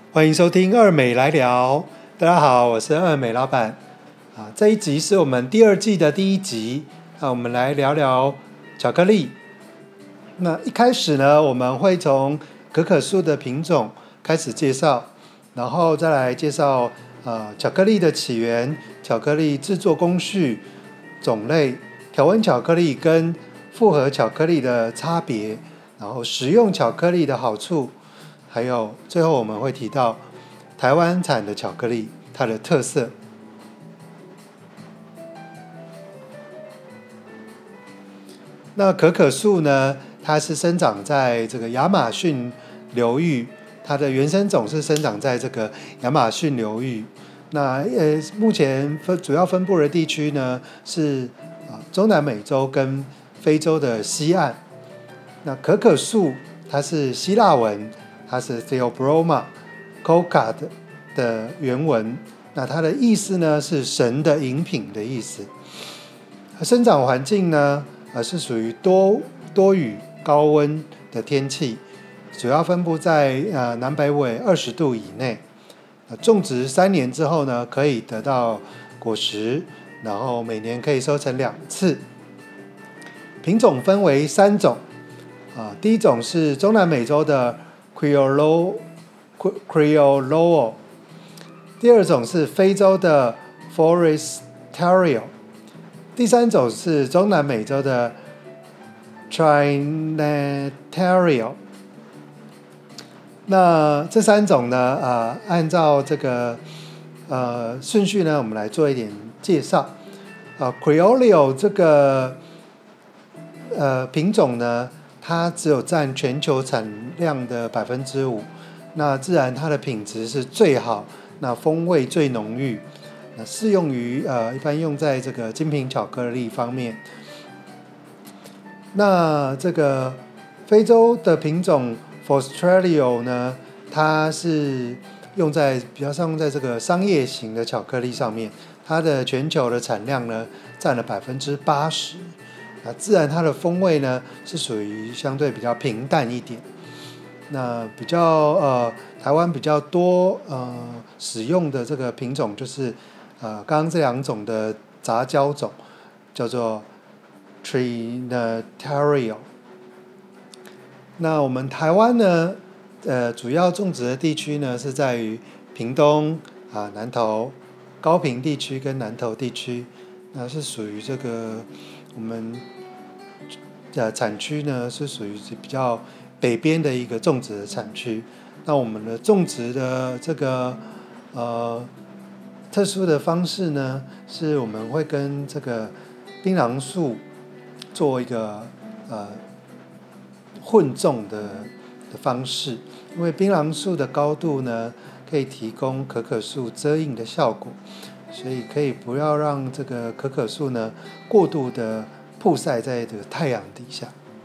欢迎收听二美来聊。大家好，我是二美老板。这一集是我们第二季的第一集。我们来聊聊巧克力。那一开始呢，我们会从可可树的品种开始介绍，然后再来介绍巧克力的起源、巧克力制作工序、种类、调温巧克力跟复合巧克力的差别，然后食用巧克力的好处。还有最后我们会提到台湾产的巧克力它的特色。那可可树呢，它是生长在这个亚马逊流域，它的原生种是生长在这个亚马逊流域。那目前主要分布的地区呢是中南美洲跟非洲的西岸。那可可树它是希腊文，它是 Theobroma Coca 的原文，那它的意思呢是神的饮品的意思。生长环境呢是属于多雨高温的天气，主要分布在南北纬20度以内。种植3年之后呢，可以得到果实，然后每年可以收成2次。品种分为3种。第一种是中南美洲的 Criollo， 第二种是非洲的 Forestario， 第三种是中南美洲的 Trinitario。 那这3种呢，按照这个顺序呢，我们来做一点介绍。Criollo 这个品种呢，它只有占全球产量的 5%， 那自然它的品质是最好，那风味最浓郁，那适用于一般用在这个精品巧克力方面。那这个非洲的品种 Forestario 呢，它是比较用在这个商业型的巧克力上面，它的全球的产量呢占了 80%。自然它的风味呢是属于相对比较平淡一点。那比较台湾比较多使用的这个品种就是刚刚这2种的杂交种，叫做 Trinitario。 那我们台湾呢主要种植的地区呢是在于屏东南投、高屏地区跟南投地区，那是属于这个我们产区呢是属于比较北边的一个种植的产区。那我们的种植的这个特殊的方式呢，是我们会跟这个槟榔树做一个混种的方式，因为槟榔树的高度呢可以提供可可树遮荫的效果，所以可以不要让这个可可树呢过度的曝晒在这个太阳底下。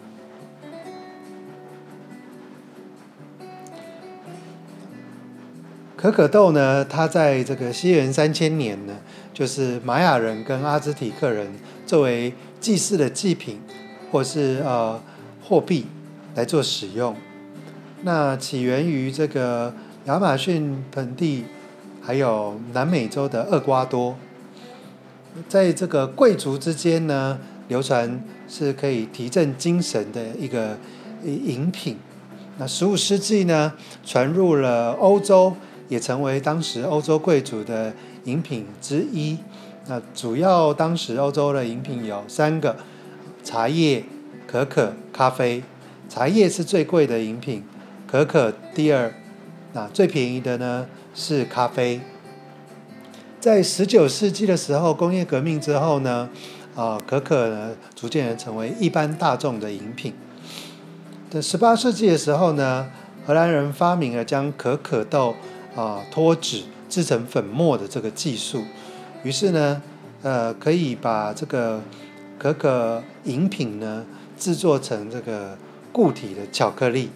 可可豆呢，它在这个西元3000年呢，就是玛雅人跟阿兹提克人作为祭祀的祭品或是货币来做使用。那起源于这个亚马逊盆地，还有南美洲的厄瓜多，在这个贵族之间呢，流传是可以提振精神的一个饮品。那15世纪呢，传入了欧洲，也成为当时欧洲贵族的饮品之一。那主要当时欧洲的饮品有3个：茶叶、可可、咖啡。茶叶是最贵的饮品，可可第2，那最便宜的呢是咖啡。在19世纪的时候，工业革命之后呢，可可呢逐渐成为一般大众的饮品。在18世纪的时候呢，荷兰人发明了将可可豆脱脂制成粉末的这个技术，于是呢，可以把这个可可饮品呢制作成这个固体的巧克力。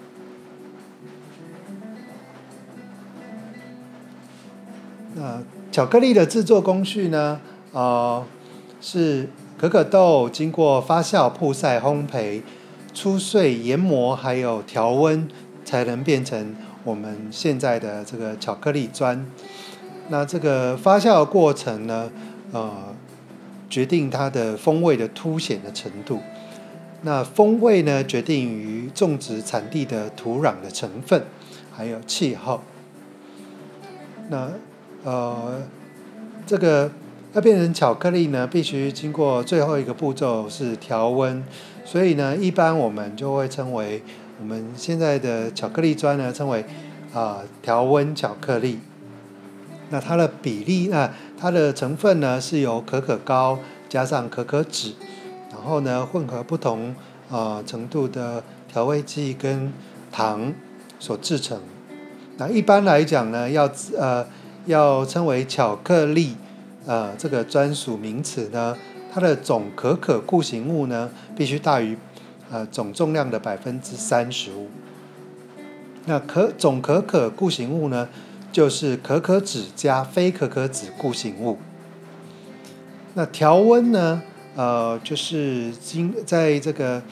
巧克力的制作工序呢，是可可豆经过发酵、曝晒、烘焙、粗碎、研磨还有调温，才能变成我们现在的这个巧克力砖。那这个发酵的过程呢，决定它的风味的凸显的程度。那风味呢，决定于种植产地的土壤的成分，还有气候。那这个要变成巧克力呢，必须经过最后一个步骤是调温，所以呢，一般我们就会称为我们现在的巧克力砖呢，称为调温巧克力。那它的比例它的成分呢是由可可膏加上可可脂，然后呢混合不同程度的调味剂跟糖所制成。那一般来讲呢，要称为巧克力这个专属名词呢，它的总可可固形物呢必须大于总重量的35%。那总可可固形物呢，就是可可脂加非可可脂固形物。那调温呢，就是在这个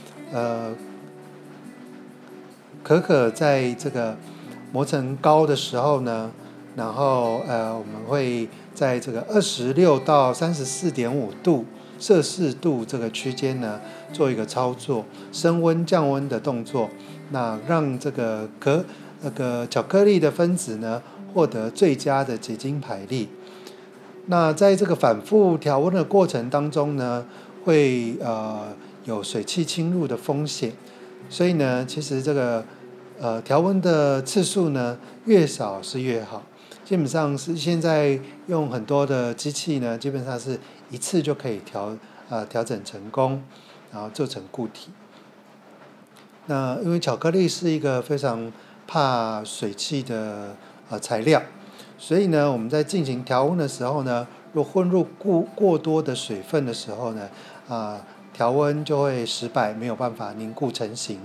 可可在这个磨成膏的时候呢，然后我们会在这个26到34.5度摄氏度这个区间呢，做一个操作，升温降温的动作，那让这个巧克力的分子呢，获得最佳的结晶排列。那在这个反复调温的过程当中呢，会有水汽侵入的风险，所以呢，其实这个调温的次数呢，越少是越好。基本上是现在用很多的机器呢，基本上是一次就可以调整成功，然后做成固体。那因为巧克力是一个非常怕水汽的材料，所以呢，我们在进行调温的时候呢，若混入过多的水分的时候呢，调温就会失败，没有办法凝固成型。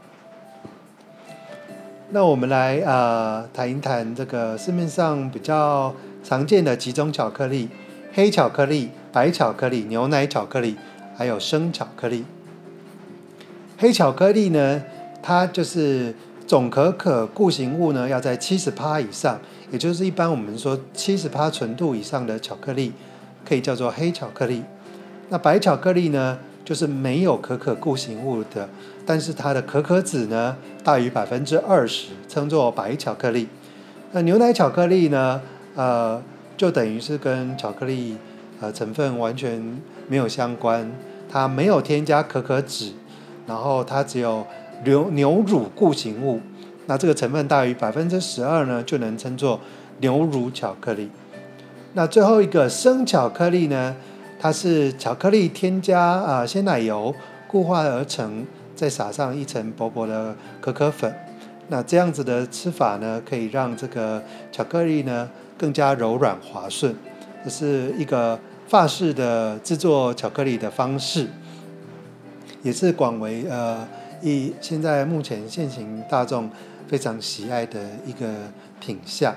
那我们来谈一谈这个市面上比较常见的几种巧克力：黑巧克力、白巧克力、牛奶巧克力，还有生巧克力。黑巧克力呢，它就是总可可固形物呢要在70%以上，也就是一般我们说70%纯度以上的巧克力，可以叫做黑巧克力。那白巧克力呢，就是没有可可固形物的，但是它的可可脂呢大于20%，称作白巧克力。那牛奶巧克力呢，就等于是跟巧克力成分完全没有相关，它没有添加可可脂，然后它只有牛乳固形物，那这个成分大于12%呢，就能称作牛乳巧克力。那最后一个生巧克力呢，它是巧克力添加鲜奶油固化而成，再撒上一层薄薄的可可粉。那这样子的吃法呢，可以让这个巧克力呢更加柔软滑顺。这是一个法式的制作巧克力的方式，也是广为现在目前现行大众非常喜爱的一个品项。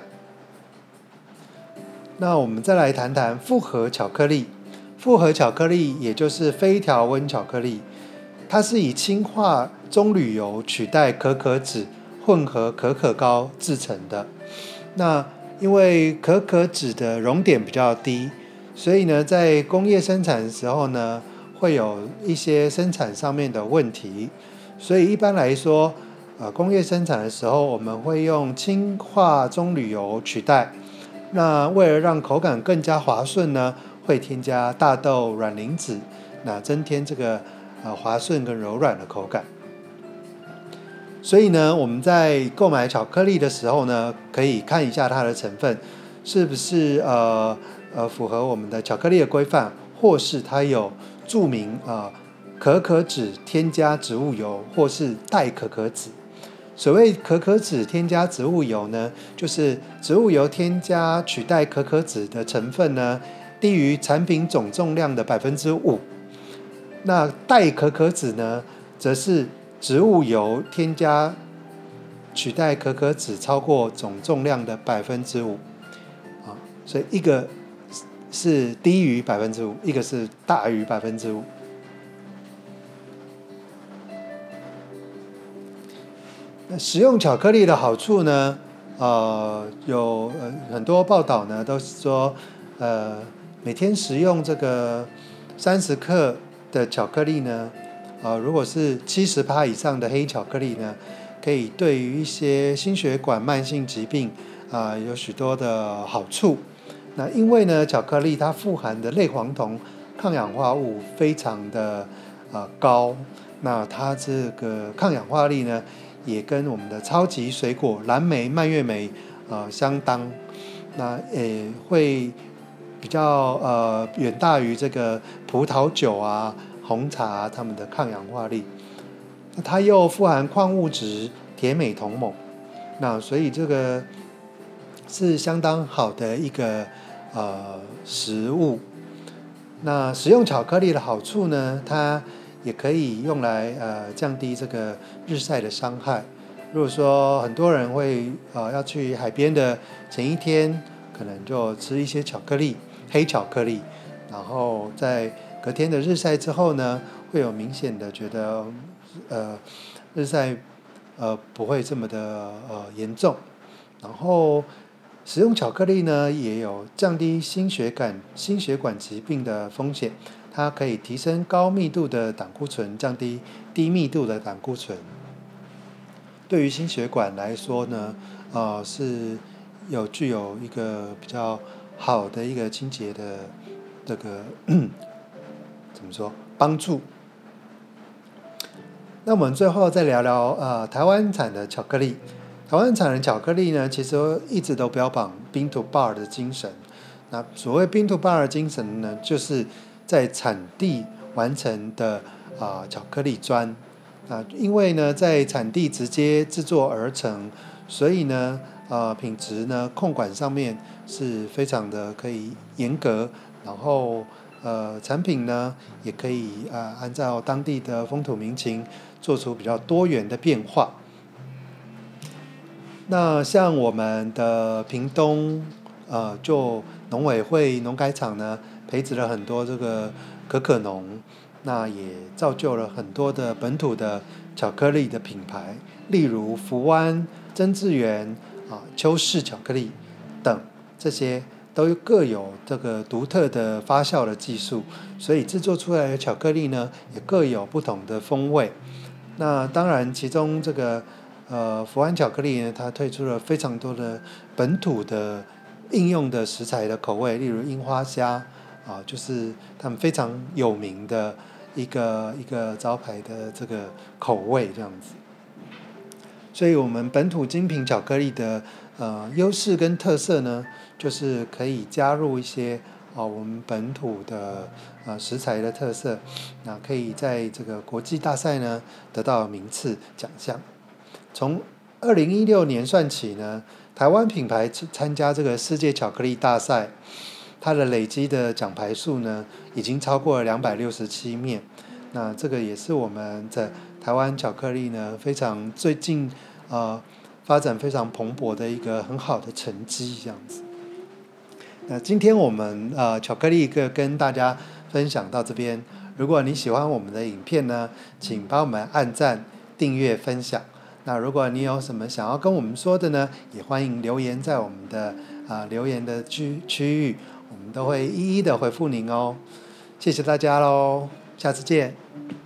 那我们再来谈谈复合巧克力。复合巧克力也就是非调温巧克力，它是以氢化棕榈油取代可可脂混合可可膏制成的。那因为可可脂的熔点比较低，所以呢，在工业生产的时候呢，会有一些生产上面的问题。所以一般来说，工业生产的时候，我们会用氢化棕榈油取代。那为了让口感更加滑顺呢，会添加大豆卵磷脂，那增添这个滑顺跟柔软的口感。所以呢，我们在购买巧克力的时候呢，可以看一下它的成分是不是符合我们的巧克力的规范，或是它有注明可可脂添加植物油，或是代可可脂。所谓可可脂添加植物油呢，就是植物油添加取代可可脂的成分呢，低于产品总重量的5%。那代可可脂呢，则是植物油添加取代可可脂超过总重量的5%。所以一个是低于5%，一个是大于5%。 那食用巧克力的好处呢？有很多报道呢都是说，每天食用这个30克的巧克力呢，如果是70%以上的黑巧克力呢，可以对于一些心血管慢性疾病有许多的好处。那因为呢，巧克力它富含的类黄酮抗氧化物非常的高，那它这个抗氧化力呢，也跟我们的超级水果蓝莓、蔓越莓相当，那也会比较远大于这个葡萄酒红茶它们的抗氧化力。那它又富含矿物质铁、镁、铜、锰，那所以这个是相当好的一个食物。那食用巧克力的好处呢，它也可以用来降低这个日晒的伤害。如果说很多人会要去海边的前一天，可能就吃一些巧克力，黑巧克力，然后在隔天的日晒之后呢，会有明显的觉得日晒不会这么的严重。然后食用巧克力呢，也有降低心血管疾病的风险。它可以提升高密度的胆固醇，降低低密度的胆固醇。对于心血管来说呢，是具有一个比较好的一个清洁的这个怎么说帮助。那我们最后再聊聊台湾产的巧克力。台湾产的巧克力呢，其实一直都标榜 Bean to Bar 的精神。那所谓 Bean to Bar 的精神呢，就是在产地完成的巧克力砖。因为呢，在产地直接制作而成，所以呢，品质呢控管上面是非常的可以严格，然后产品呢也可以按照当地的风土民情做出比较多元的变化。那像我们的屏东就农委会农改场呢培植了很多这个可农，那也造就了很多的本土的巧克力的品牌，例如福湾、曾志源邱氏巧克力等，这些都各有这个独特的发酵的技术，所以制作出来的巧克力呢也各有不同的风味。那当然其中这个福湾巧克力呢，它推出了非常多的本土的应用的食材的口味，例如樱花虾就是他们非常有名的一个招牌的这个口味这样子。所以我们本土精品巧克力的优势跟特色呢，就是可以加入一些我们本土的食材的特色，那可以在这个国际大赛呢得到名次奖项。从2016年算起呢，台湾品牌参加这个世界巧克力大赛，它的累积的奖牌数呢，已经超过了267面。那这个也是我们在台湾巧克力呢最近发展非常蓬勃的一个很好的成绩这样子。那今天我们巧克力跟大家分享到这边。如果你喜欢我们的影片呢，请帮我们按赞、订阅、分享。那如果你有什么想要跟我们说的呢，也欢迎留言在我们的留言的区域，我们都会一一的回复您哦。谢谢大家喽，下次见。